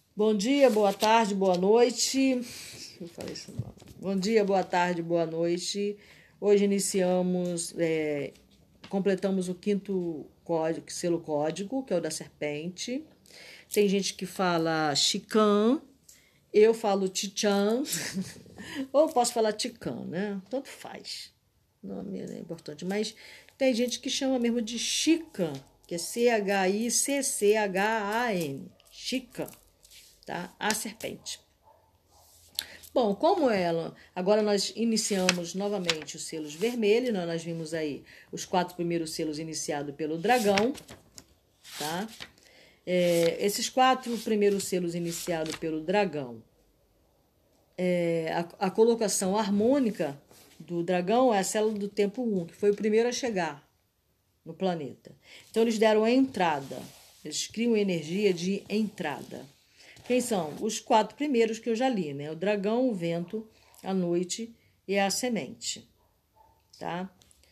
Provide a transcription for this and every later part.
Bom dia, boa tarde, boa noite. Eu falei isso não. Bom dia, boa tarde, boa noite. Hoje iniciamos, completamos o quinto código, selo código, que é o da serpente. Tem gente que fala Chican, eu falo Tichan, ou posso falar Tican, né? Tanto faz. O nome é importante, mas tem gente que chama mesmo de Chican, que é Chicchan, Chican, tá? A serpente. Bom, como ela, agora nós iniciamos novamente os selos vermelhos, nós vimos aí os 4 primeiros selos iniciados pelo dragão, tá? Esses 4 primeiros selos iniciados pelo dragão, a colocação harmônica do dragão é a célula do tempo 1, que foi o primeiro a chegar no planeta. Então eles deram a entrada, eles criam energia de entrada. Quem são? Os 4 primeiros que eu já li, né? O dragão, o vento, a noite e a semente, tá?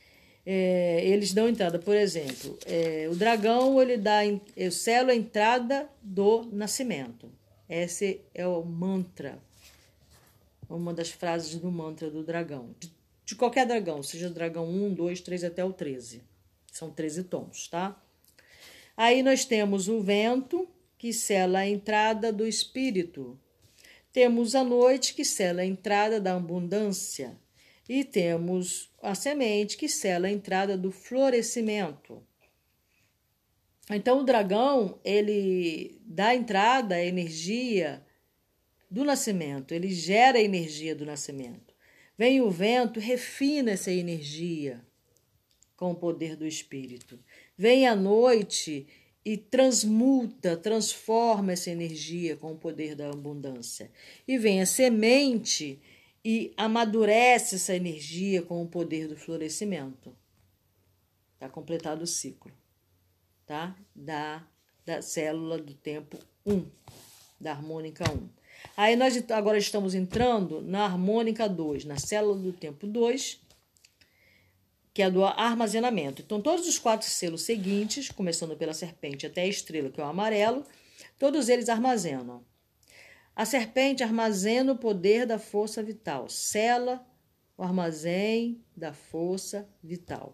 Eles dão entrada, por exemplo, o dragão, ele dá, eu selo a entrada do nascimento. Esse é o mantra, uma das frases do mantra do dragão. De qualquer dragão, seja dragão 1, 2, 3 até o 13. São 13 tons, tá? Aí nós temos o vento, que sela a entrada do espírito. Temos a noite, que sela a entrada da abundância. E temos a semente, que sela a entrada do florescimento. Então, o dragão, ele dá entrada à energia do nascimento, ele gera a energia do nascimento. Vem o vento, refina essa energia com o poder do espírito. Vem a noite e transmuta, transforma essa energia com o poder da abundância. E vem a semente e amadurece essa energia com o poder do florescimento. Está completado o ciclo, tá? Da célula do tempo 1, da harmônica 1. Aí nós agora estamos entrando na harmônica 2, na célula do tempo 2, que é do armazenamento. Então, todos os 4 selos seguintes, começando pela serpente até a estrela, que é o amarelo, todos eles armazenam. A serpente armazena o poder da força vital, sela o armazém da força vital.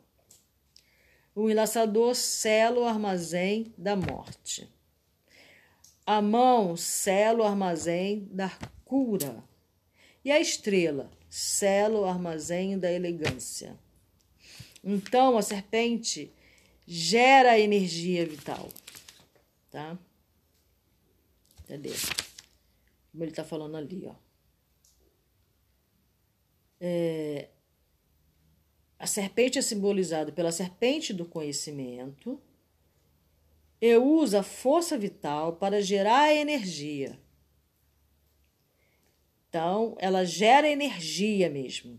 O enlaçador sela o armazém da morte. A mão sela o armazém da cura. E a estrela sela o armazém da elegância. Então, a serpente gera energia vital, tá? Cadê? Como ele está falando ali, ó. A serpente é simbolizada pela serpente do conhecimento e usa a força vital para gerar energia. Então, ela gera energia mesmo.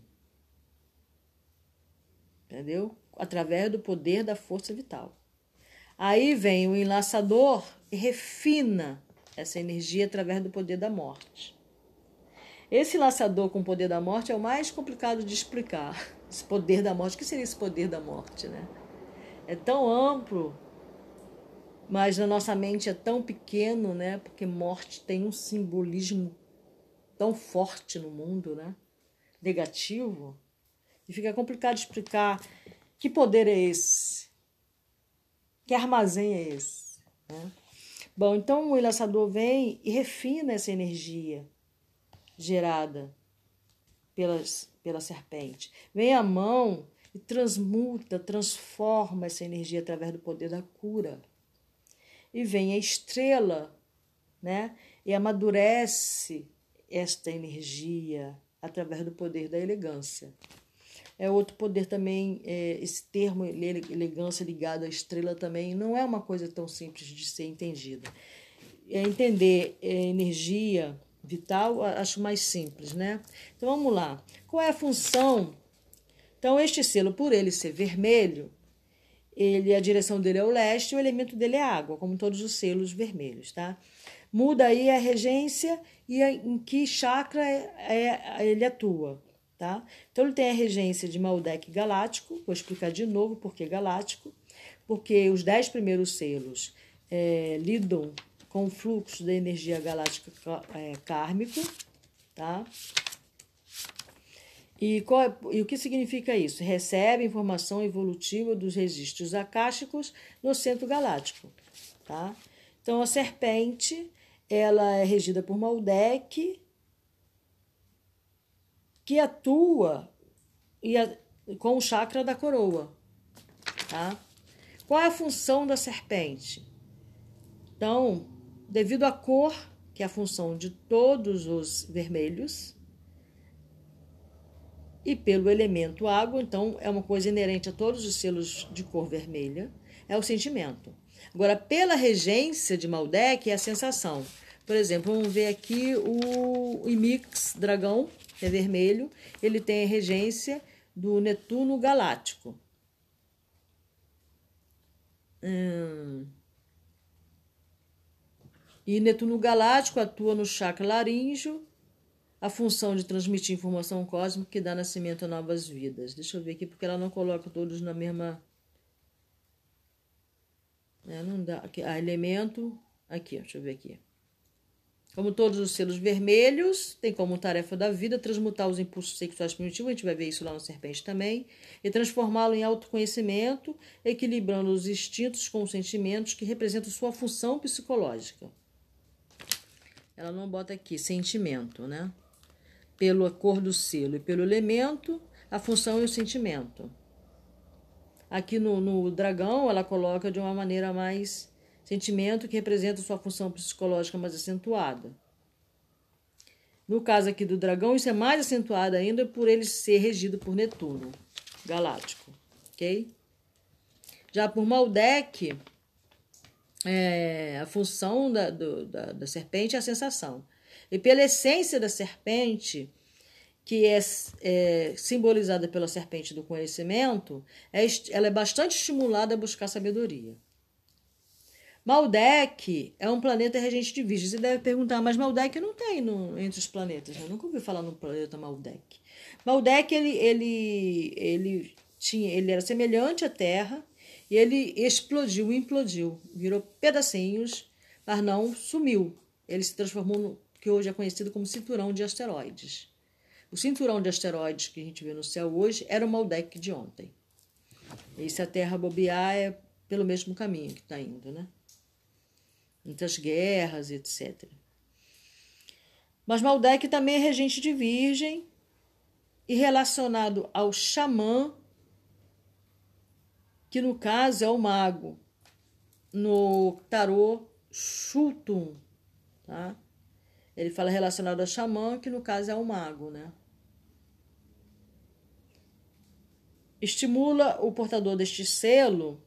Entendeu? Através do poder da força vital. Aí vem o enlaçador e refina essa energia através do poder da morte. Esse enlaçador com o poder da morte é o mais complicado de explicar. Esse poder da morte, o que seria esse poder da morte, né? É tão amplo, mas na nossa mente é tão pequeno, né? Porque morte tem um simbolismo tão forte no mundo, né? Negativo. E fica complicado de explicar que poder é esse, que armazém é esse, né? Bom, então o enlaçador vem e refina essa energia gerada pela serpente. Vem a mão e transmuta, transforma essa energia através do poder da cura. E vem a estrela, né? E amadurece esta energia através do poder da elegância. É outro poder também, esse termo elegância ligado à estrela também não é uma coisa tão simples de ser entendida. Entender energia vital, acho mais simples, né? Então vamos lá. Qual é a função? Então este selo, por ele ser vermelho, a direção dele é o leste e o elemento dele é água, como todos os selos vermelhos, tá? Muda aí a regência e em que chakra ele atua. Tá? Então ele tem a regência de Maldek galáctico, vou explicar de novo por que galáctico, porque os 10 primeiros selos lidam com o fluxo da energia galáctica kármico, tá? E o que significa isso? Recebe informação evolutiva dos registros akáshicos no centro galáctico, tá? Então, a serpente, ela é regida por Maldek, que atua com o chakra da coroa, tá? Qual é a função da serpente? Então, devido à cor, que é a função de todos os vermelhos, e pelo elemento água, então é uma coisa inerente a todos os selos de cor vermelha, é o sentimento. Agora, pela regência de Maldek, é a sensação. Por exemplo, vamos ver aqui o Imix dragão, que é vermelho, ele tem a regência do Netuno galáctico. E Netuno galáctico atua no chakra laríngeo, a função de transmitir informação cósmica que dá nascimento a novas vidas. Deixa eu ver aqui, porque ela não coloca todos na mesma... não dá. Aqui, elemento... Aqui, deixa eu ver aqui. Como todos os selos vermelhos, tem como tarefa da vida transmutar os impulsos sexuais primitivos, a gente vai ver isso lá no Serpente também, e transformá-lo em autoconhecimento, equilibrando os instintos com os sentimentos que representam sua função psicológica. Ela não bota aqui sentimento, né? Pela cor do selo e pelo elemento, a função e o sentimento. Aqui no dragão, ela coloca de uma maneira mais sentimento, que representa sua função psicológica mais acentuada. No caso aqui do dragão, isso é mais acentuado ainda por ele ser regido por Netuno galáctico, ok? Já por Maldek, a função da serpente é a sensação. E pela essência da serpente, que é simbolizada pela serpente do conhecimento, ela é bastante estimulada a buscar sabedoria. Maldek é um planeta regente de Virgem. Você deve perguntar, mas Maldek não tem entre os planetas. Eu nunca ouvi falar no planeta Maldek. Maldek, ele era semelhante à Terra e ele implodiu, virou pedacinhos, mas não sumiu. Ele se transformou no que hoje é conhecido como cinturão de asteroides. O cinturão de asteroides que a gente vê no céu hoje era o Maldek de ontem. E se a Terra bobear, é pelo mesmo caminho que está indo, né? Muitas guerras, etc. Mas Maldek também é regente de Virgem e relacionado ao xamã, que no caso é o mago, no tarô Shultun, tá? Ele fala relacionado ao xamã, que no caso é o mago, né? Estimula o portador deste selo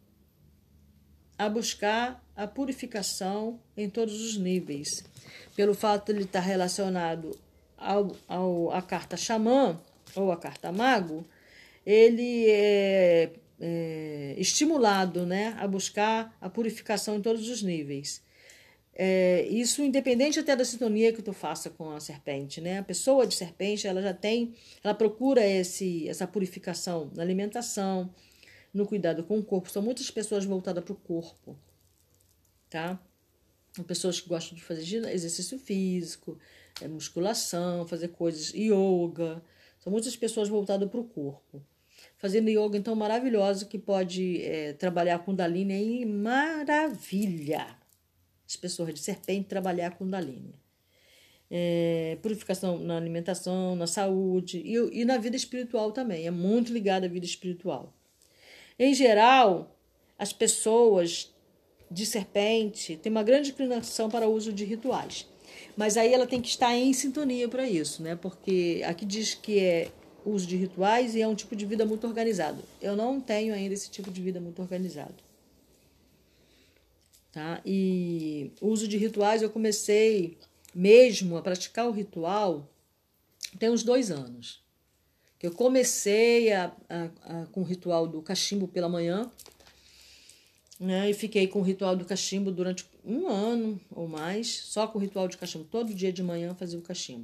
a buscar a purificação em todos os níveis. Pelo fato de ele estar relacionado à carta xamã ou à carta mago, ele é estimulado, né, a buscar a purificação em todos os níveis. Isso independente até da sintonia que tu faça com a serpente, né? A pessoa de serpente, ela procura essa purificação na alimentação, no cuidado com o corpo. São muitas pessoas voltadas para o corpo, tá? São pessoas que gostam de fazer exercício físico, musculação, fazer coisas, yoga. São muitas pessoas voltadas para o corpo. Fazendo yoga, então, maravilhoso, que pode trabalhar com Kundalini aí, maravilha. As pessoas de serpente trabalhar com Kundalini. Purificação na alimentação, na saúde e na vida espiritual também. É muito ligada à vida espiritual. Em geral, as pessoas de serpente têm uma grande inclinação para o uso de rituais. Mas aí ela tem que estar em sintonia para isso, né? Porque aqui diz que é uso de rituais e é um tipo de vida muito organizado. Eu não tenho ainda esse tipo de vida muito organizado. Tá? E o uso de rituais, eu comecei mesmo a praticar o ritual tem uns 2 anos. Eu comecei com o ritual do cachimbo pela manhã, né? E fiquei com o ritual do cachimbo durante 1 ano ou mais, só com o ritual de cachimbo. Todo dia de manhã fazia o cachimbo.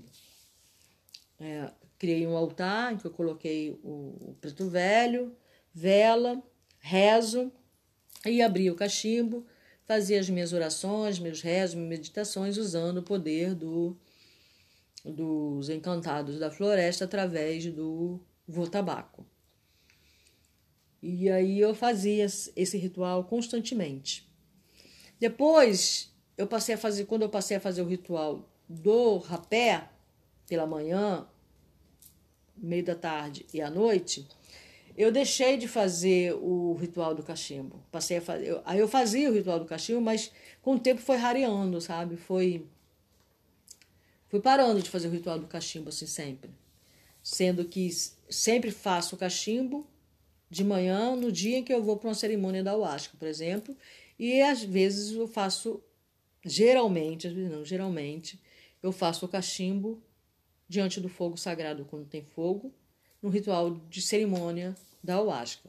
Criei um altar em que eu coloquei o preto velho, vela, rezo e abri o cachimbo. fazia as minhas orações, meus rezos, minhas meditações, usando o poder dos encantados da floresta através do vô-tabaco. E aí eu fazia esse ritual constantemente. Depois, quando eu passei a fazer o ritual do rapé, pela manhã, meio da tarde e à noite, eu deixei de fazer o ritual do cachimbo. Aí eu fazia o ritual do cachimbo, mas com o tempo foi rareando, sabe? Fui parando de fazer o ritual do cachimbo assim sempre. Sendo que sempre faço o cachimbo de manhã, no dia em que eu vou para uma cerimônia da ayahuasca, por exemplo, e às vezes eu faço, geralmente, às vezes não, geralmente, eu faço o cachimbo diante do fogo sagrado quando tem fogo, no ritual de cerimônia da ayahuasca.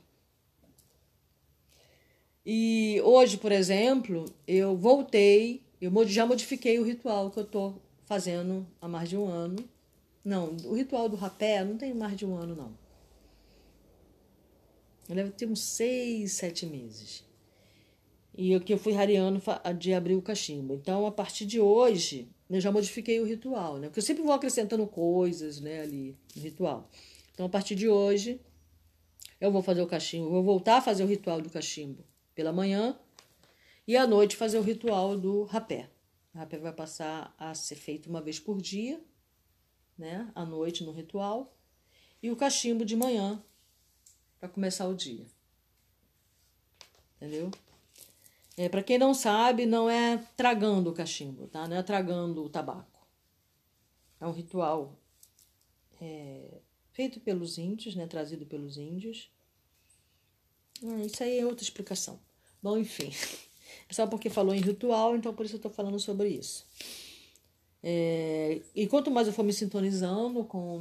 E hoje, por exemplo, eu já modifiquei o ritual que eu estou fazendo há mais de um ano. Não, o ritual do rapé não tem mais de um ano, não. Deve ter uns 6, 7 meses. E eu fui rareando de abrir o cachimbo. Então, a partir de hoje, eu já modifiquei o ritual, né? Porque eu sempre vou acrescentando coisas, né, ali no ritual. Então, a partir de hoje, eu vou fazer o cachimbo, vou voltar a fazer o ritual do cachimbo pela manhã e à noite fazer o ritual do rapé. O rapé vai passar a ser feito uma vez por dia, né, à noite no ritual, e o cachimbo de manhã para começar o dia. Entendeu? Para quem não sabe, não é tragando o cachimbo, tá? Não é tragando o tabaco. É um ritual feito pelos índios, né? Trazido pelos índios. Isso aí é outra explicação. Bom, enfim. É só porque falou em ritual, então por isso eu estou falando sobre isso. E quanto mais eu for me sintonizando com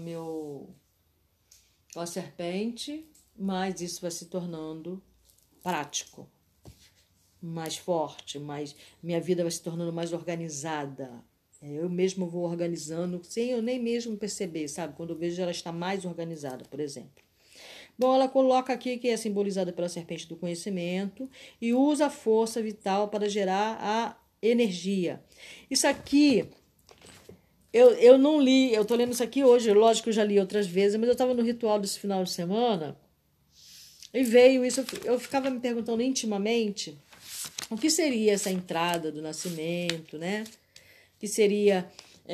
a serpente, mais isso vai se tornando prático, mais forte, minha vida vai se tornando mais organizada. Eu mesmo vou organizando sem eu nem mesmo perceber, sabe? Quando eu vejo ela está mais organizada, por exemplo. Bom, ela coloca aqui que é simbolizada pela serpente do conhecimento e usa a força vital para gerar a energia. Isso aqui, eu não li, eu estou lendo isso aqui hoje, lógico que eu já li outras vezes, mas eu estava no ritual desse final de semana e veio isso, eu ficava me perguntando intimamente o que seria essa entrada do nascimento, né? Que seria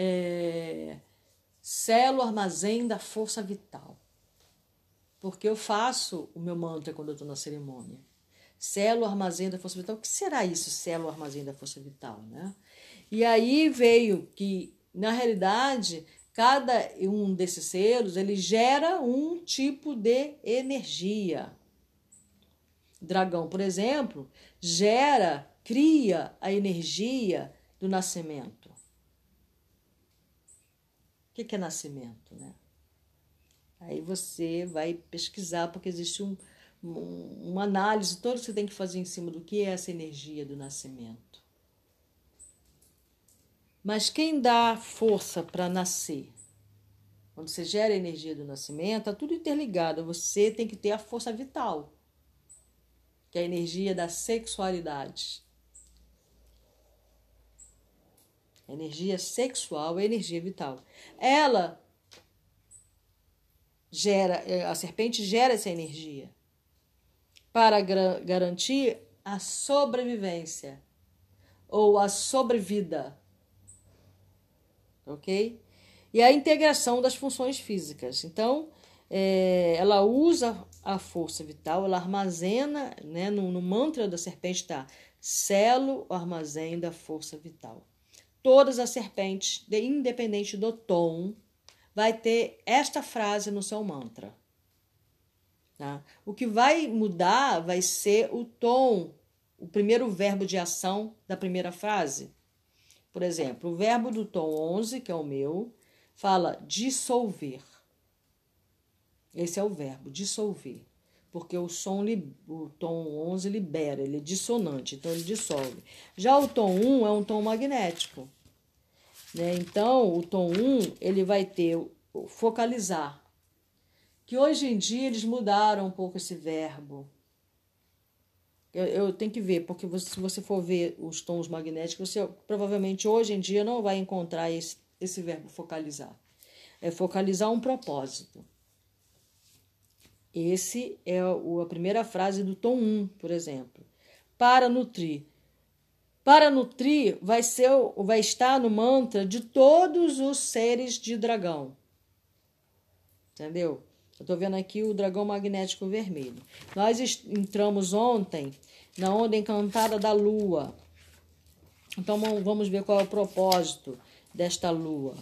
célula armazém da força vital. Porque eu faço o meu mantra quando eu estou na cerimônia. Célula armazém da força vital. O que será isso, célula armazém da força vital, né? E aí veio que, na realidade, cada um desses selos, ele gera um tipo de energia. Dragão, por exemplo, cria a energia do nascimento. O que é nascimento, né? Aí você vai pesquisar, porque existe uma análise toda que você tem que fazer em cima do que é essa energia do nascimento. Mas quem dá força para nascer? Quando você gera a energia do nascimento, está tudo interligado. Você tem que ter a força vital, que é a energia da sexualidade. A energia sexual é a energia vital. A serpente gera essa energia para garantir a sobrevivência ou a sobrevida, ok? E a integração das funções físicas. Então, ela usa a força vital, ela armazena, né, no mantra da serpente está selo, o armazém da força vital. Todas as serpentes, independente do tom, vai ter esta frase no seu mantra. Tá? O que vai mudar vai ser o tom, o primeiro verbo de ação da primeira frase. Por exemplo, o verbo do tom 11, que é o meu, fala dissolver. Esse é o verbo, dissolver. Porque o tom 11 libera, ele é dissonante, então ele dissolve. Já o tom 1 é um tom magnético. Né? Então, o tom 1, ele vai ter o focalizar. Que hoje em dia eles mudaram um pouco esse verbo. Eu tenho que ver, porque se você for ver os tons magnéticos, você provavelmente hoje em dia não vai encontrar esse verbo focalizar. É focalizar um propósito. Esse é a primeira frase do tom 1, por exemplo. Para nutrir. Para nutrir vai estar no mantra de todos os seres de dragão. Entendeu? Eu estou vendo aqui o dragão magnético vermelho. Nós entramos ontem na onda encantada da lua. Então vamos ver qual é o propósito desta lua,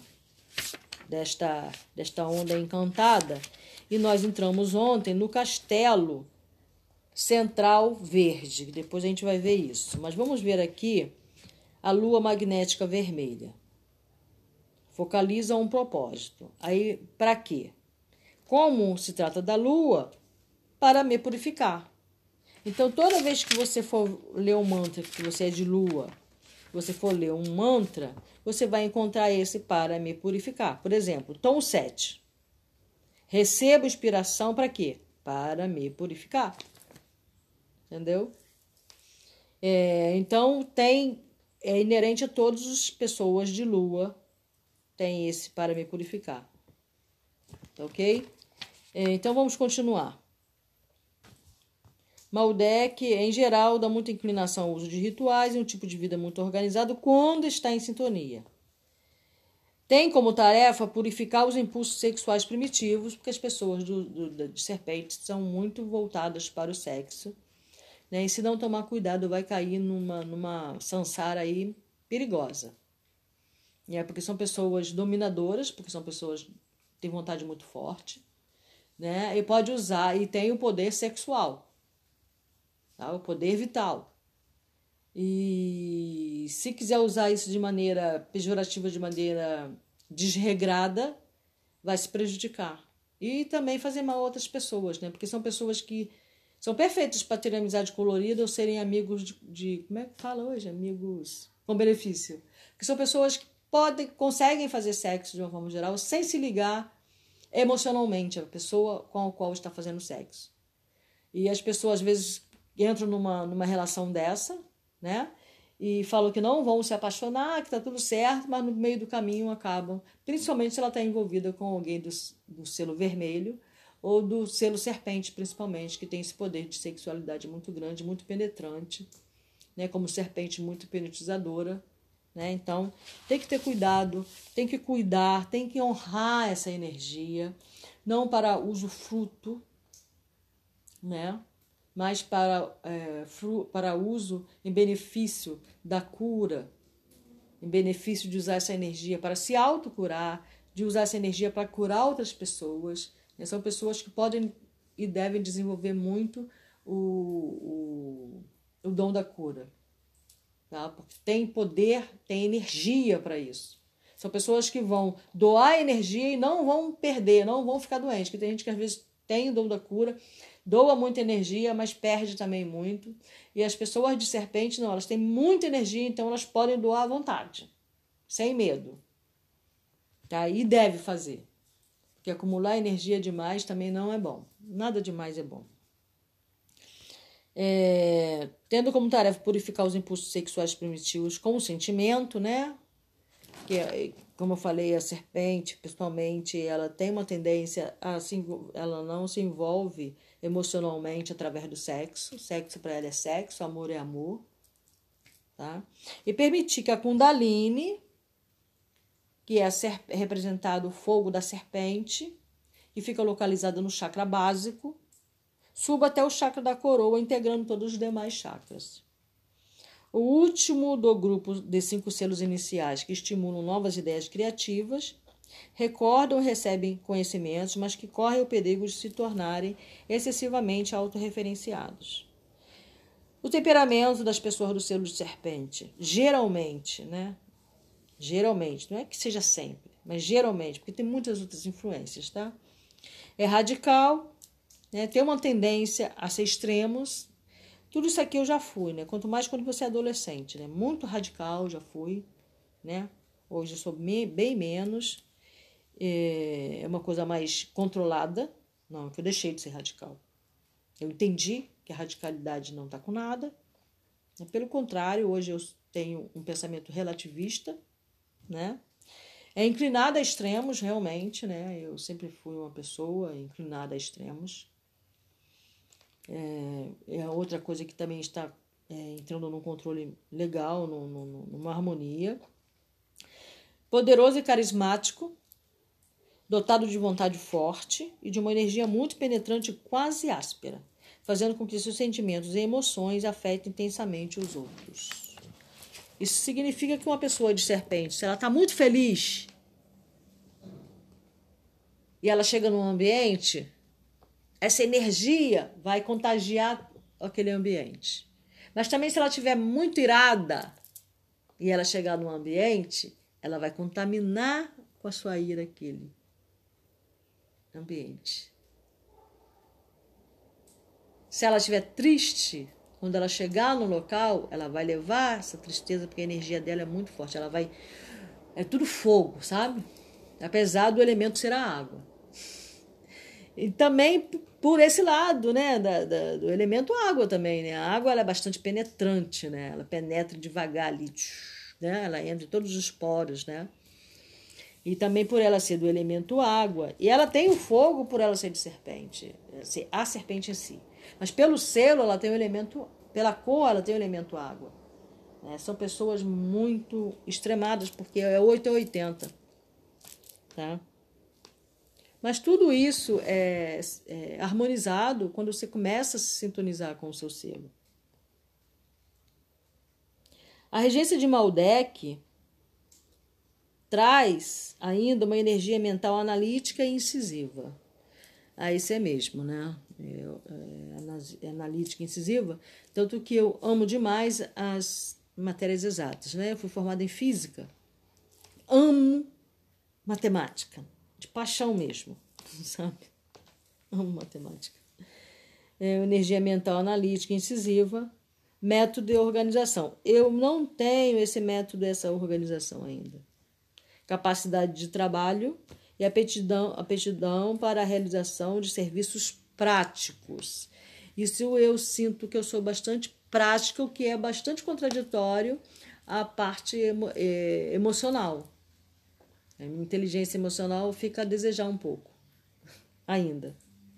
desta onda encantada. E nós entramos ontem no castelo central verde. Depois a gente vai ver isso. Mas vamos ver aqui a lua magnética vermelha. Focaliza um propósito. Aí, para quê? Como se trata da lua, para me purificar. Então, toda vez que você for ler um mantra, que você é de lua, você for ler um mantra, você vai encontrar esse para me purificar. Por exemplo, tom 7. Recebo inspiração para quê? Para me purificar. Entendeu? Então, é inerente a todas as pessoas de lua, tem esse para me purificar. Ok? Então, vamos continuar. Maldek, em geral, dá muita inclinação ao uso de rituais e um tipo de vida muito organizado quando está em sintonia. Tem como tarefa purificar os impulsos sexuais primitivos, porque as pessoas de serpentes são muito voltadas para o sexo. Né? E se não tomar cuidado, vai cair numa samsara aí perigosa. Porque são pessoas dominadoras, porque são pessoas que têm vontade muito forte. Né? E pode usar, e tem o poder sexual. Tá? O poder vital. E se quiser usar isso de maneira pejorativa, de maneira desregrada, vai se prejudicar. E também fazer mal a outras pessoas, né? Porque são pessoas que são perfeitas para terem amizade colorida ou serem amigos de como é que fala hoje? Amigos com benefício. Que são pessoas que conseguem fazer sexo de uma forma geral sem se ligar emocionalmente à pessoa com a qual está fazendo sexo. E as pessoas às vezes entram numa relação dessa, né? E falam que não vão se apaixonar, que está tudo certo, mas no meio do caminho acabam, principalmente se ela está envolvida com alguém do selo vermelho ou do selo serpente, principalmente, que tem esse poder de sexualidade muito grande, muito penetrante, né? Como serpente muito penetrizadora, né? Então, tem que ter cuidado, tem que cuidar, tem que honrar essa energia, não para usufruto, né? Mas para uso em benefício da cura, em benefício de usar essa energia para se autocurar, de usar essa energia para curar outras pessoas. Né? São pessoas que podem e devem desenvolver muito o dom da cura. Tá? Porque tem poder, tem energia para isso. São pessoas que vão doar energia e não vão perder, não vão ficar doentes. Porque tem gente que às vezes tem o dom da cura, doa muita energia, mas perde também muito. E as pessoas de serpente, não, elas têm muita energia, então elas podem doar à vontade, sem medo. Tá? E deve fazer. Porque acumular energia demais também não é bom. Nada demais é bom. Tendo como tarefa purificar os impulsos sexuais primitivos com o sentimento, né? Que, como eu falei, a serpente, pessoalmente, ela tem uma tendência ela não se envolve emocionalmente através do sexo. Sexo para ela é sexo, amor é amor. Tá? E permitir que a Kundalini, que é representado o fogo da serpente, que fica localizado no chakra básico, suba até o chakra da coroa, integrando todos os demais chakras. O último do grupo de 5 selos iniciais que estimulam novas ideias criativas, recordam e recebem conhecimentos, mas que correm o perigo de se tornarem excessivamente autorreferenciados. O temperamento das pessoas do selo de serpente, geralmente, né? Geralmente, não é que seja sempre, mas geralmente, porque tem muitas outras influências, tá? É radical, né? Tem uma tendência a ser extremos. Tudo isso aqui eu já fui, né? Quanto mais quando você é adolescente, né? Muito radical já fui, né? Hoje eu sou bem menos. É uma coisa mais controlada. Não, que eu deixei de ser radical. Eu entendi porque a radicalidade não está com nada. Pelo contrário, hoje eu tenho um pensamento relativista, né? É inclinada a extremos, realmente, né? Eu sempre fui uma pessoa inclinada a extremos. É outra coisa que também está entrando num controle legal, numa harmonia. Poderoso e carismático, dotado de vontade forte e de uma energia muito penetrante e quase áspera, fazendo com que seus sentimentos e emoções afetem intensamente os outros. Isso significa que uma pessoa de serpente, se ela está muito feliz e ela chega num ambiente, essa energia vai contagiar aquele ambiente. Mas também se ela estiver muito irada e ela chegar num ambiente, ela vai contaminar com a sua ira aquele ambiente. Se ela estiver triste, quando ela chegar no local, ela vai levar essa tristeza, porque a energia dela é muito forte. Ela vai... É tudo fogo, sabe? Apesar do elemento ser a água. E também por esse lado, né? Do elemento água também, né? A água ela é bastante penetrante, né? Ela penetra devagar ali, né? Ela entra em todos os poros, né? E também por ela ser do elemento água. E ela tem o fogo por ela ser de serpente, a serpente em si. Mas pelo selo ela tem o elemento, pela cor ela tem o elemento água. São pessoas muito extremadas, porque é 8 ou 80. Tá? Mas tudo isso é harmonizado quando você começa a se sintonizar com o seu selo. A regência de Maldek traz ainda uma energia mental analítica e incisiva. Isso é mesmo, né? Analítica e incisiva. Tanto que eu amo demais as matérias exatas, né? Eu fui formada em física. Amo matemática. De paixão mesmo, sabe? Amo matemática. Energia mental analítica e incisiva. Método e organização. Eu não tenho esse método, essa organização ainda. Capacidade de trabalho e aptidão para a realização de serviços práticos. Isso eu sinto que eu sou bastante prática, o que é bastante contraditório à parte emocional. A minha inteligência emocional fica a desejar um pouco, ainda.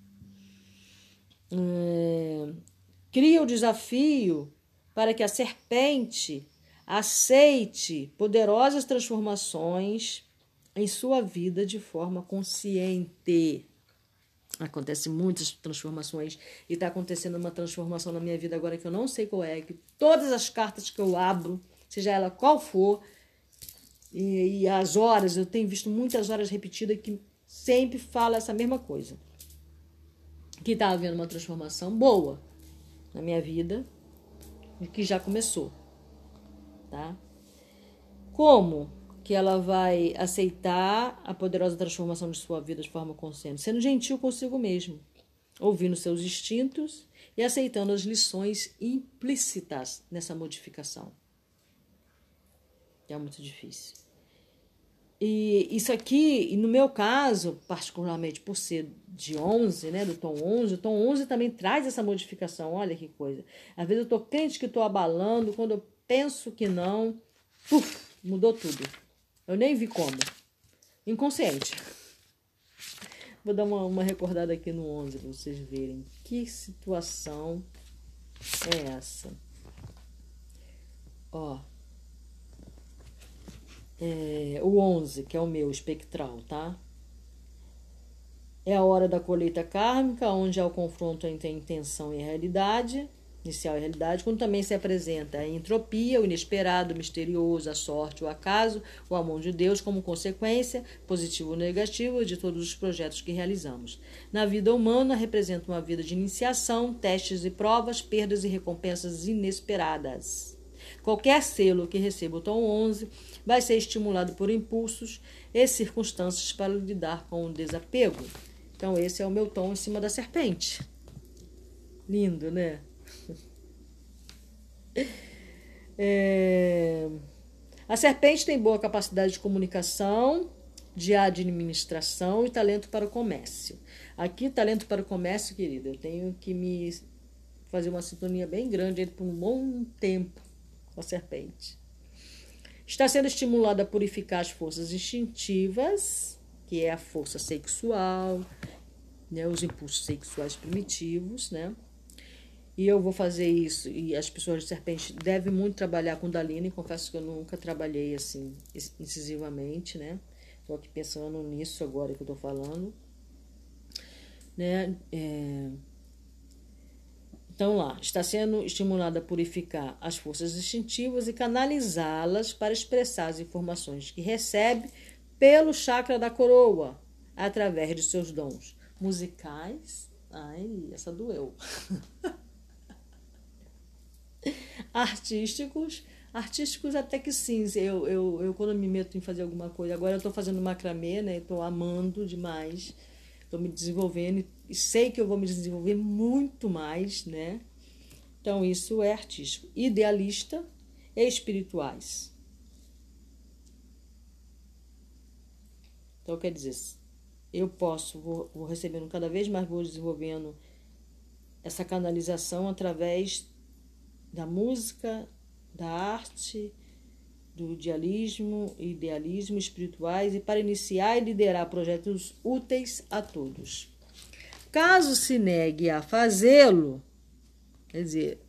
Cria o desafio para que a serpente aceite poderosas transformações em sua vida de forma consciente. Acontecem muitas transformações e está acontecendo uma transformação na minha vida agora que eu não sei qual é, que todas as cartas que eu abro, seja ela qual for, e as horas, eu tenho visto muitas horas repetidas que sempre fala essa mesma coisa. Que está havendo uma transformação boa na minha vida e que já começou. Tá? Como que ela vai aceitar a poderosa transformação de sua vida de forma consciente? Sendo gentil consigo mesmo, ouvindo seus instintos e aceitando as lições implícitas nessa modificação. Que é muito difícil. E isso aqui, no meu caso, particularmente por ser de 11, né, do tom 11, o tom 11 também traz essa modificação, olha que coisa. Às vezes eu tô crente que estou abalando, quando eu penso que não, mudou tudo. Eu nem vi como. Inconsciente. Vou dar uma recordada aqui no 11 para vocês verem que situação é essa. Ó. O 11, que é o meu espectral, tá? É a hora da colheita kármica, onde há o confronto entre a intenção e a realidade, inicial e realidade, quando também se apresenta a entropia, o inesperado, o misterioso, a sorte, o acaso, o amor de Deus como consequência, positivo ou negativo, de todos os projetos que realizamos. Na vida humana, representa uma vida de iniciação, testes e provas, perdas e recompensas inesperadas. Qualquer selo que receba o tom 11 vai ser estimulado por impulsos e circunstâncias para lidar com o desapego. Então, esse é o meu tom em cima da serpente. Lindo, né? A serpente tem boa capacidade de comunicação, de administração e talento para o comércio. Aqui, talento para o comércio, querida, eu tenho que me fazer uma sintonia bem grande por um bom tempo com a serpente. Está sendo estimulada a purificar as forças instintivas, que é a força sexual, né, os impulsos sexuais primitivos, né? E eu vou fazer isso, e as pessoas de serpente devem muito trabalhar com Kundalini, confesso que eu nunca trabalhei assim incisivamente, né? Estou aqui pensando nisso agora que eu estou falando, né? Então lá, está sendo estimulada a purificar as forças instintivas e canalizá-las para expressar as informações que recebe pelo chakra da coroa, através de seus dons musicais. Ai, essa doeu. Artísticos até que sim. Eu quando me meto em fazer alguma coisa, agora eu estou fazendo macramê, né? Estou amando demais, estou me desenvolvendo e sei que eu vou me desenvolver muito mais, né? Então isso é artístico. Idealista e espirituais. Então quer dizer, eu vou recebendo cada vez mais, vou desenvolvendo essa canalização através da música, da arte, do idealismo espirituais e para iniciar e liderar projetos úteis a todos. Caso se negue a fazê-lo, quer dizer,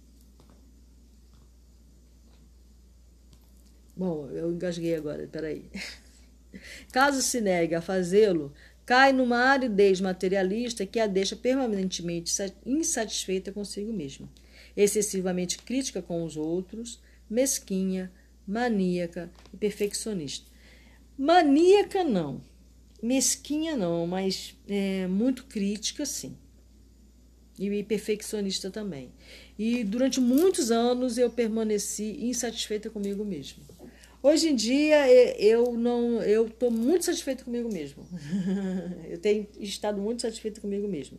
bom, eu engasguei agora, peraí. Caso se negue a fazê-lo, cai numa aridez materialista que a deixa permanentemente insatisfeita consigo mesma, excessivamente crítica com os outros, mesquinha, maníaca e perfeccionista. Maníaca não, mesquinha não, mas muito crítica sim. E perfeccionista também. E durante muitos anos eu permaneci insatisfeita comigo mesma. Hoje em dia eu estou muito satisfeita comigo mesmo. Eu tenho estado muito satisfeita comigo mesmo.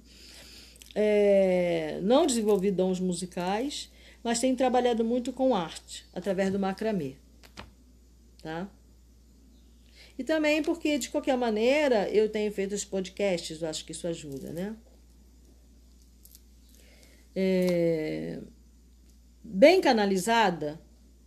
Não desenvolvi dons musicais, mas tenho trabalhado muito com arte, através do macramê. Tá? E também porque, de qualquer maneira, eu tenho feito os podcasts, eu acho que isso ajuda, né? Bem canalizada.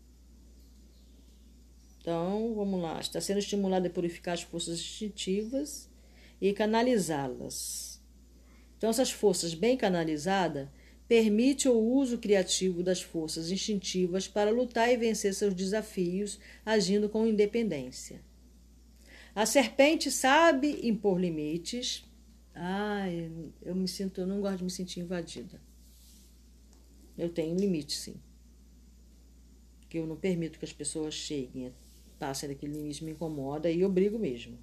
Então, vamos lá. Está sendo estimulada a purificar as forças instintivas e canalizá-las. Então, essas forças bem canalizadas permitem o uso criativo das forças instintivas para lutar e vencer seus desafios, agindo com independência. A serpente sabe impor limites. Eu não gosto de me sentir invadida. Eu tenho limite, sim. Que eu não permito que as pessoas cheguem, passem daquele limite, me incomoda e eu brigo mesmo.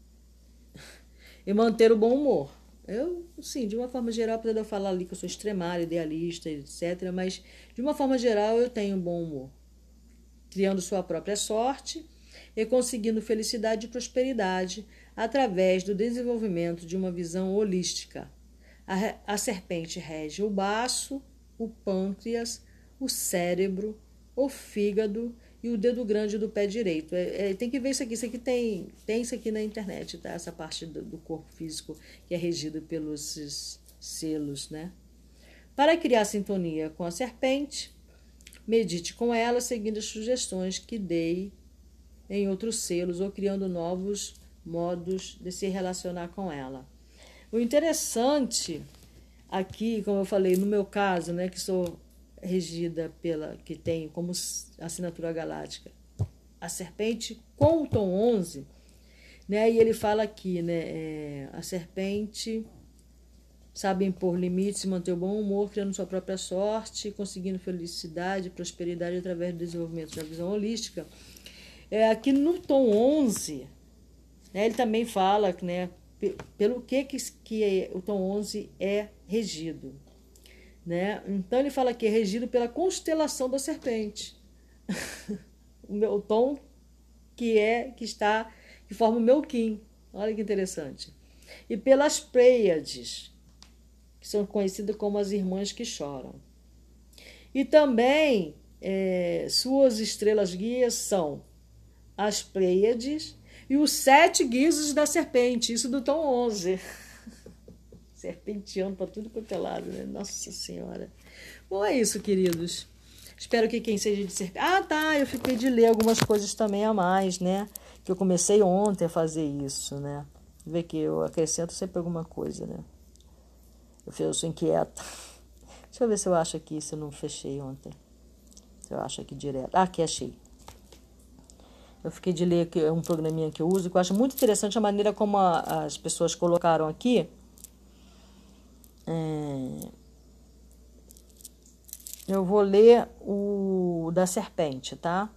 E manter o bom humor. Eu, sim, de uma forma geral, apesar de eu falar ali que eu sou extremária, idealista, etc., mas de uma forma geral eu tenho bom humor. Criando sua própria sorte e conseguindo felicidade e prosperidade através do desenvolvimento de uma visão holística. A serpente rege o baço, o pâncreas, o cérebro, o fígado e o dedo grande do pé direito. Tem que ver isso aqui. Isso aqui tem isso aqui na internet, tá? Essa parte do corpo físico que é regido pelos selos, né? Para criar sintonia com a serpente, medite com ela, seguindo as sugestões que dei em outros selos ou criando novos modos de se relacionar com ela. O interessante aqui, como eu falei, no meu caso, né, que sou regida que tem como assinatura galáctica a serpente com o tom 11, né, e ele fala aqui, né, a serpente sabe impor limites, manter o bom humor, criando sua própria sorte, conseguindo felicidade e prosperidade através do desenvolvimento da visão holística. Aqui no tom 11, né, ele também fala, né, pelo que o tom 11 é regido. Né? Então ele fala que é regido pela constelação da serpente. O tom que forma o meu Kim. Olha que interessante. E pelas Pleiades, que são conhecidas como as irmãs que choram. E também suas estrelas guias são as Pleiades e os 7 guizos da serpente, isso do tom 11. Serpenteando para tudo quanto é lado, né? Nossa Senhora. Bom, é isso, queridos. Espero que quem seja de serpente... Ah, tá, eu fiquei de ler algumas coisas também a mais, né? Que eu comecei ontem a fazer isso, né? Vê que eu acrescento sempre alguma coisa, né? Eu sou inquieta. Deixa eu ver se eu acho aqui, se eu não fechei ontem. Se eu acho aqui direto. Ah, aqui achei. Eu fiquei de ler que é um programinha que eu uso, que eu acho muito interessante a maneira como as pessoas colocaram aqui. Eu vou ler o da serpente, tá?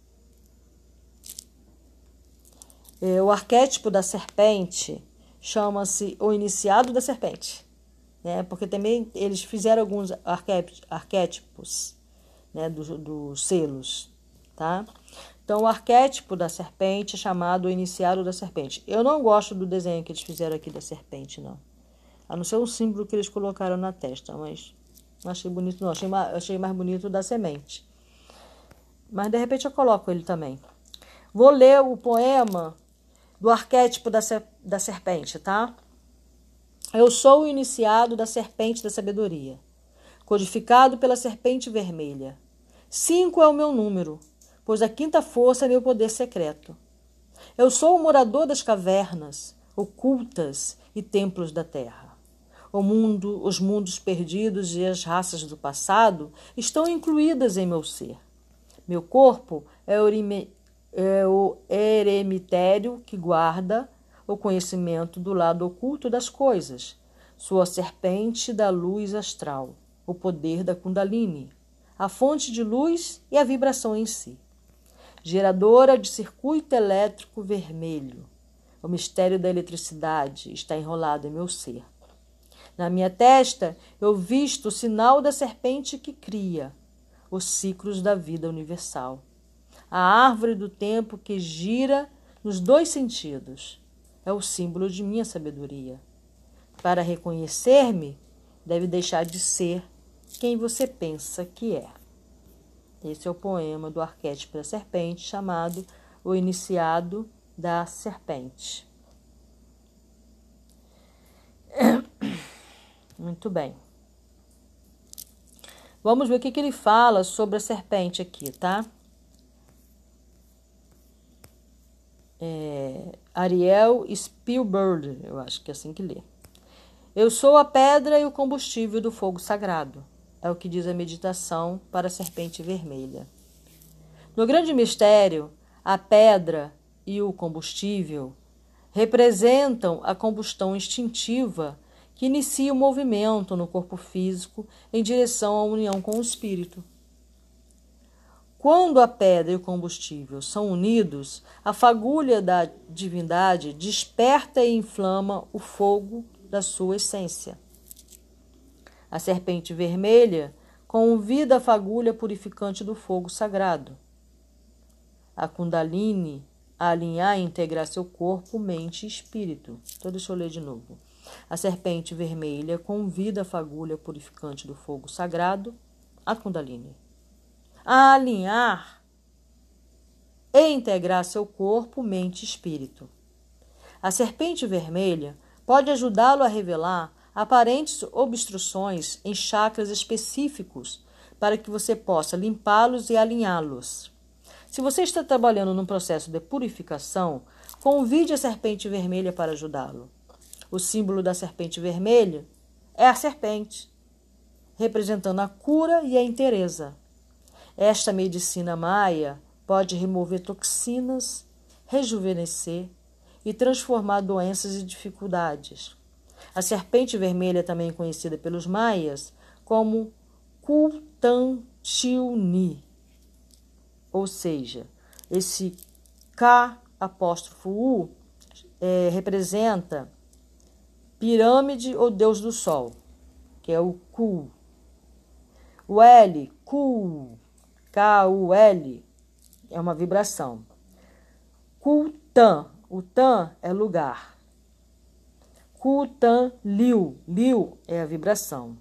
O arquétipo da serpente chama-se o iniciado da serpente, né? Porque também eles fizeram alguns arquétipos, né? Dos selos, tá? Então, o arquétipo da serpente é chamado o iniciado da serpente. Eu não gosto do desenho que eles fizeram aqui da serpente, não. A não ser o símbolo que eles colocaram na testa, mas não achei bonito, não. Achei mais bonito o da semente. Mas, de repente, eu coloco ele também. Vou ler o poema do arquétipo da serpente, tá? Eu sou o iniciado da serpente da sabedoria, codificado pela serpente vermelha. 5 é o meu número, pois a quinta força é meu poder secreto. Eu sou o morador das cavernas, ocultas e templos da terra. Os mundos perdidos e as raças do passado estão incluídas em meu ser. Meu corpo é o eremitério que guarda o conhecimento do lado oculto das coisas, sua serpente da luz astral, o poder da Kundalini, a fonte de luz e a vibração em si. Geradora de circuito elétrico vermelho. O mistério da eletricidade está enrolado em meu ser. Na minha testa, eu visto o sinal da serpente que cria os ciclos da vida universal. A árvore do tempo que gira nos 2 sentidos. É o símbolo de minha sabedoria. Para reconhecer-me, deve deixar de ser quem você pensa que é. Esse é o poema do arquétipo da serpente, chamado O Iniciado da Serpente. Muito bem. Vamos ver o que ele fala sobre a serpente aqui, tá? Ariel Spielberg, eu acho que é assim que lê. Eu sou a pedra e o combustível do fogo sagrado. É o que diz a meditação para a serpente vermelha. No grande mistério, a pedra e o combustível representam a combustão instintiva que inicia o movimento no corpo físico em direção à união com o espírito. Quando a pedra e o combustível são unidos, a fagulha da divindade desperta e inflama o fogo da sua essência. A serpente vermelha convida a fagulha purificante do fogo sagrado. A Kundalini a alinhar e integrar seu corpo, mente e espírito. Então, deixa eu ler de novo. A serpente vermelha convida a fagulha purificante do fogo sagrado, a Kundalini, a alinhar e integrar seu corpo, mente e espírito. A serpente vermelha pode ajudá-lo a revelar aparentes obstruções em chakras específicos para que você possa limpá-los e alinhá-los. Se você está trabalhando num processo de purificação, convide a serpente vermelha para ajudá-lo. O símbolo da serpente vermelha é a serpente, representando a cura e a inteireza. Esta medicina maia pode remover toxinas, rejuvenescer e transformar doenças e dificuldades. A serpente vermelha é também conhecida pelos maias como Kutantilni, ou seja, esse K'(U) representa pirâmide ou deus do sol, que é o Ku. O L, Ku, K-U-L, é uma vibração. Kutan, o Tan é lugar. Kutan Liu, Liu é a vibração.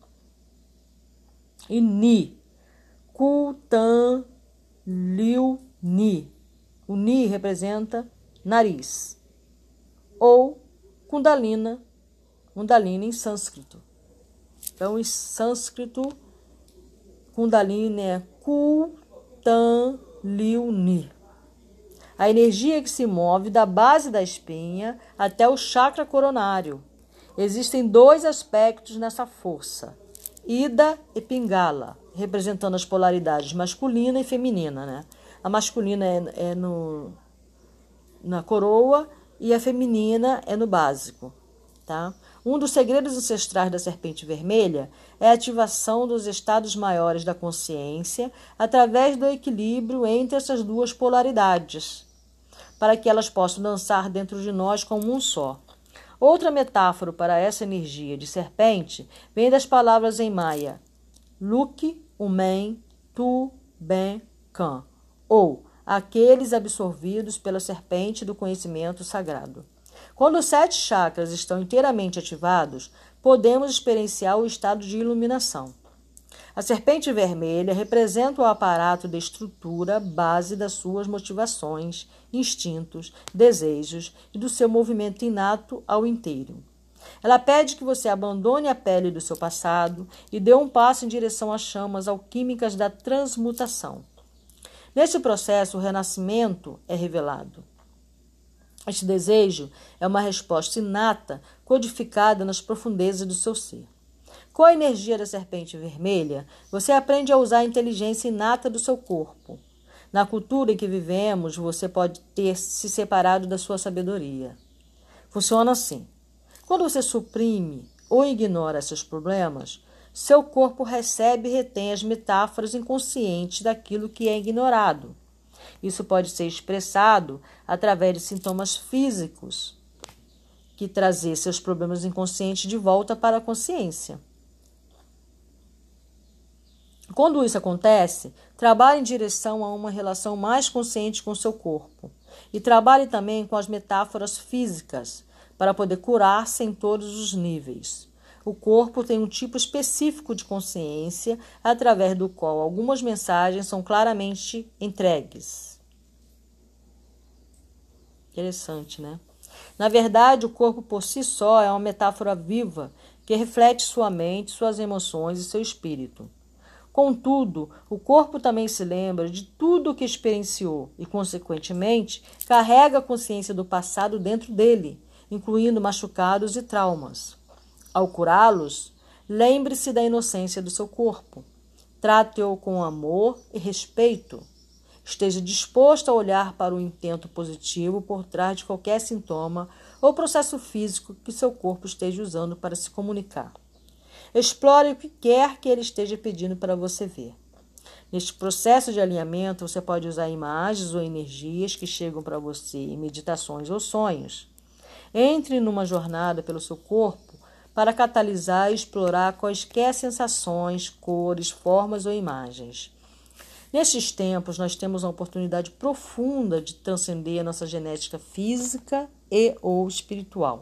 E Ni, Kutan Liu Ni. O Ni representa nariz. Ou Kundalini em sânscrito. Então, em sânscrito, Kundalini é Kundalini. A energia que se move da base da espinha até o chakra coronário. Existem 2 aspectos nessa força, Ida e Pingala, representando as polaridades masculina e feminina, né? A masculina é na coroa e a feminina é no básico, tá? Um dos segredos ancestrais da serpente vermelha é a ativação dos estados maiores da consciência através do equilíbrio entre essas 2 polaridades, para que elas possam dançar dentro de nós como um só. Outra metáfora para essa energia de serpente vem das palavras em maia, Luki, Umen, Tu, Ben, Kan, ou aqueles absorvidos pela serpente do conhecimento sagrado. Quando os 7 chakras estão inteiramente ativados, podemos experienciar o estado de iluminação. A serpente vermelha representa o aparato de estrutura base das suas motivações, instintos, desejos e do seu movimento inato ao inteiro. Ela pede que você abandone a pele do seu passado e dê um passo em direção às chamas alquímicas da transmutação. Nesse processo, o renascimento é revelado. Este desejo é uma resposta inata, codificada nas profundezas do seu ser. Com a energia da serpente vermelha, você aprende a usar a inteligência inata do seu corpo. Na cultura em que vivemos, você pode ter se separado da sua sabedoria. Funciona assim. Quando você suprime ou ignora seus problemas, seu corpo recebe e retém as metáforas inconscientes daquilo que é ignorado. Isso pode ser expressado através de sintomas físicos, que trazer seus problemas inconscientes de volta para a consciência. Quando isso acontece, trabalhe em direção a uma relação mais consciente com o seu corpo. E trabalhe também com as metáforas físicas, para poder curar-se em todos os níveis. O corpo tem um tipo específico de consciência, através do qual algumas mensagens são claramente entregues. Interessante, né? Na verdade, o corpo por si só é uma metáfora viva que reflete sua mente, suas emoções e seu espírito. Contudo, o corpo também se lembra de tudo o que experienciou e, consequentemente, carrega a consciência do passado dentro dele, incluindo machucados e traumas. Ao curá-los, lembre-se da inocência do seu corpo. Trate-o com amor e respeito. Esteja disposto a olhar para o intento positivo por trás de qualquer sintoma ou processo físico que seu corpo esteja usando para se comunicar. Explore o que quer que ele esteja pedindo para você ver. Neste processo de alinhamento, você pode usar imagens ou energias que chegam para você em meditações ou sonhos. Entre numa jornada pelo seu corpo para catalisar e explorar quaisquer sensações, cores, formas ou imagens. Nestes tempos, nós temos uma oportunidade profunda de transcender a nossa genética física e ou espiritual.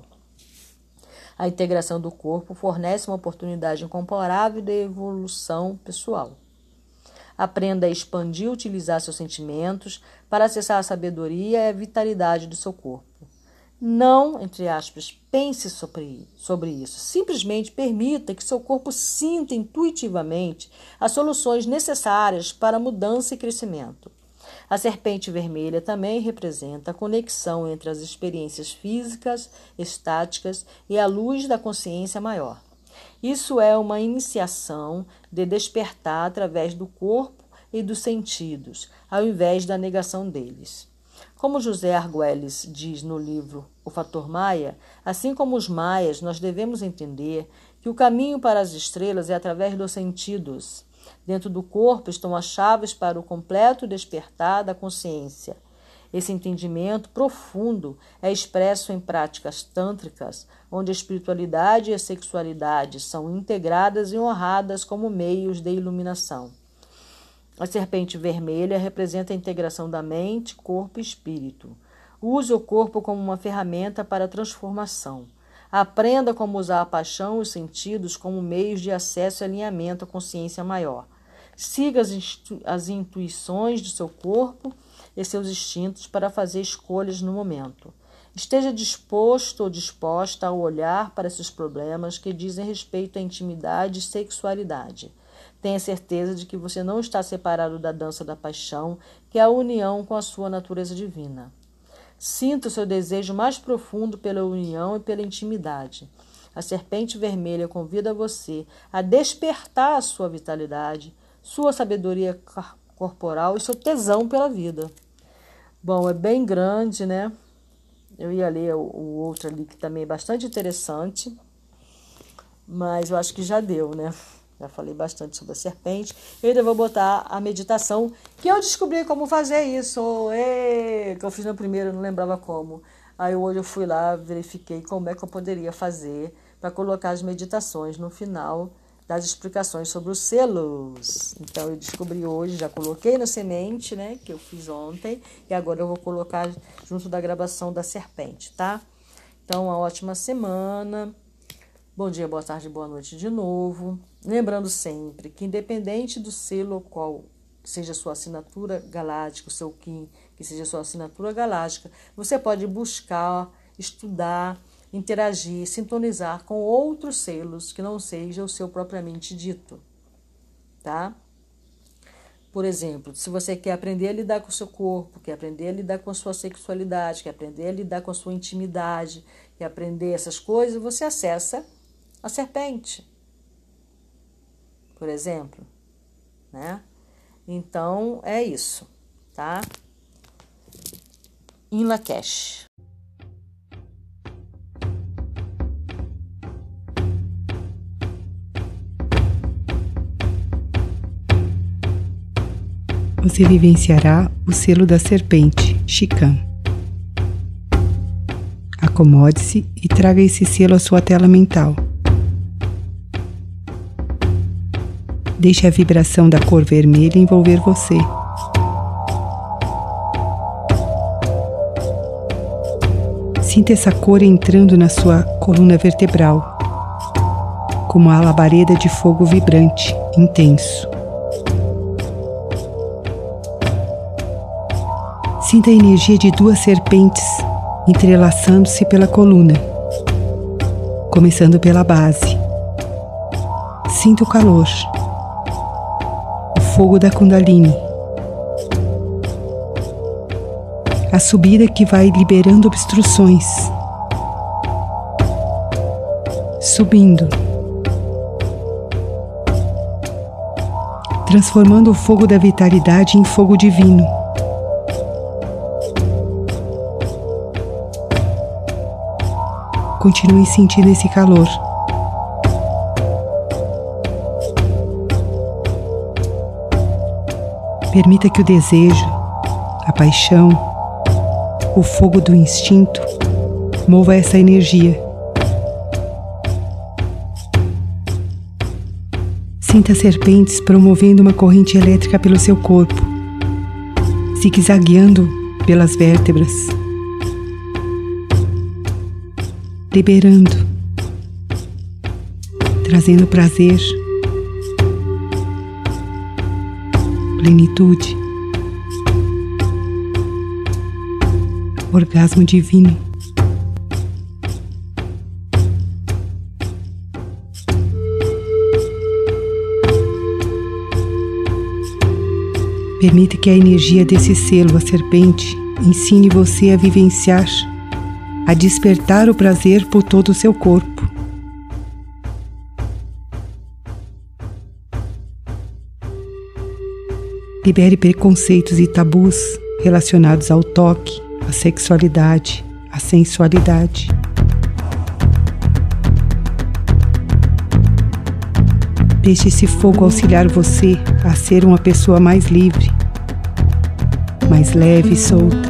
A integração do corpo fornece uma oportunidade incomparável de evolução pessoal. Aprenda a expandir e utilizar seus sentimentos para acessar a sabedoria e a vitalidade do seu corpo. Não, entre aspas, pense sobre isso. Simplesmente permita que seu corpo sinta intuitivamente as soluções necessárias para mudança e crescimento. A serpente vermelha também representa a conexão entre as experiências físicas, estáticas e a luz da consciência maior. Isso é uma iniciação de despertar através do corpo e dos sentidos, ao invés da negação deles. Como José Argüelles diz no livro O Fator Maia, assim como os maias, nós devemos entender que o caminho para as estrelas é através dos sentidos. Dentro do corpo estão as chaves para o completo despertar da consciência. Esse entendimento profundo é expresso em práticas tântricas, onde a espiritualidade e a sexualidade são integradas e honradas como meios de iluminação. A serpente vermelha representa a integração da mente, corpo e espírito. Use o corpo como uma ferramenta para a transformação. Aprenda como usar a paixão e os sentidos como meios de acesso e alinhamento à consciência maior. Siga as intuições do seu corpo e seus instintos para fazer escolhas no momento. Esteja disposto ou disposta a olhar para esses problemas que dizem respeito à intimidade e sexualidade. Tenha certeza de que você não está separado da dança da paixão, que é a união com a sua natureza divina. Sinta o seu desejo mais profundo pela união e pela intimidade. A serpente vermelha convida você a despertar a sua vitalidade, sua sabedoria corporal e seu tesão pela vida. Bom, é bem grande, né? Eu ia ler o outro ali, que também é bastante interessante, mas eu acho que já deu, né? Já falei bastante sobre a serpente. Eu ainda vou botar a meditação, que eu descobri como fazer isso, que eu fiz no primeiro, não lembrava como. Aí hoje eu fui lá, verifiquei como é que eu poderia fazer para colocar as meditações no final das explicações sobre os selos. Então, eu descobri hoje, já coloquei na semente, né, que eu fiz ontem, e agora eu vou colocar junto da gravação da serpente, tá? Então, uma ótima semana. Bom dia, boa tarde, boa noite de novo. Lembrando sempre que, independente do selo qual seja a sua assinatura galáctica, o seu Kim, que seja a sua assinatura galáctica, você pode buscar, estudar, interagir, sintonizar com outros selos que não seja o seu propriamente dito, tá? Por exemplo, se você quer aprender a lidar com o seu corpo, quer aprender a lidar com a sua sexualidade, quer aprender a lidar com a sua intimidade, quer aprender essas coisas, você acessa a serpente, por exemplo, né? Então, é isso, tá? Em Lakesh. Você vivenciará o selo da serpente, Shikam. Acomode-se e traga esse selo à sua tela mental. Deixe a vibração da cor vermelha envolver você. Sinta essa cor entrando na sua coluna vertebral, como uma labareda de fogo vibrante, intenso. Sinta a energia de duas serpentes entrelaçando-se pela coluna, começando pela base. Sinta o calor, o fogo da Kundalini, a subida que vai liberando obstruções, subindo, transformando o fogo da vitalidade em fogo divino. Continue sentindo esse calor. Permita que o desejo, a paixão, o fogo do instinto mova essa energia. Sinta as serpentes promovendo uma corrente elétrica pelo seu corpo, zigue-zagueando pelas vértebras, liberando, trazendo prazer, plenitude, orgasmo divino. Permita que a energia desse selo, a serpente, ensine você a vivenciar, a despertar o prazer por todo o seu corpo. Libere preconceitos e tabus relacionados ao toque, à sexualidade, à sensualidade. Deixe esse fogo auxiliar você a ser uma pessoa mais livre, mais leve e solta.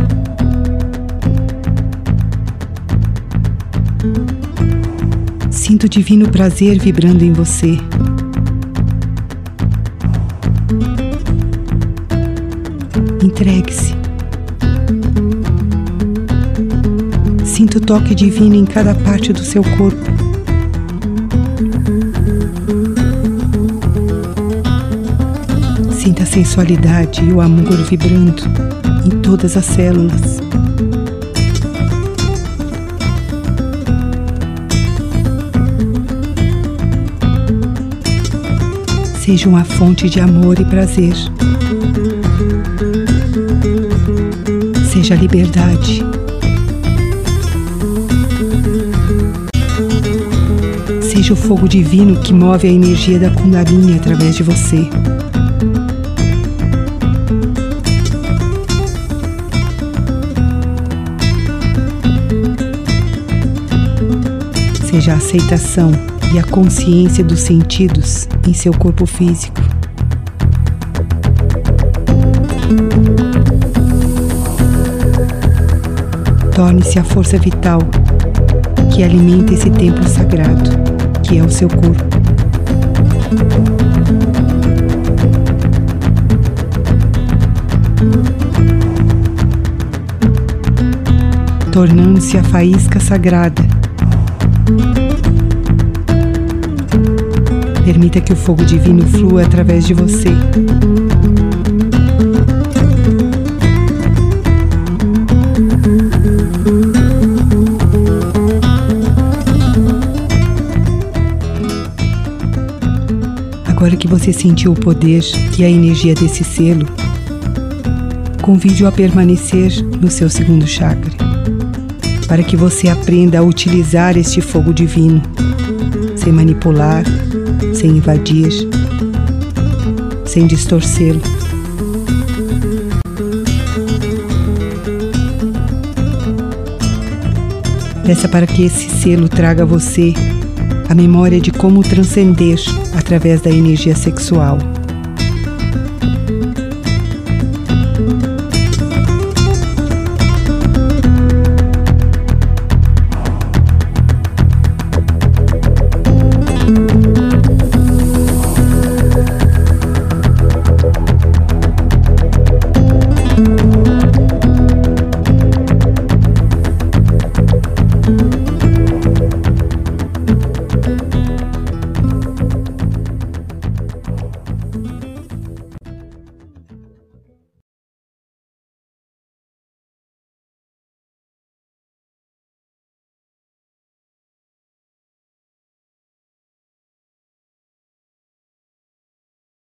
Sinta o divino prazer vibrando em você. Entregue-se. Sinta o toque divino em cada parte do seu corpo. Sinta a sensualidade e o amor vibrando em todas as células. seja uma fonte de amor e prazer. Seja a liberdade. Seja o fogo divino que move a energia da Kundalini através de você. Seja a aceitação e a consciência dos sentidos em seu corpo físico. Torne-se a força vital que alimenta esse templo sagrado, que é o seu corpo. Tornando-se a faísca sagrada. Permita que o fogo divino flua através de você. Agora que você sentiu o poder e a energia desse selo, convide-o a permanecer no seu segundo chakra, para que você aprenda a utilizar este fogo divino, sem manipular, sem invadir, sem distorcê-lo. Peça para que esse selo traga a você a memória de como transcender através da energia sexual.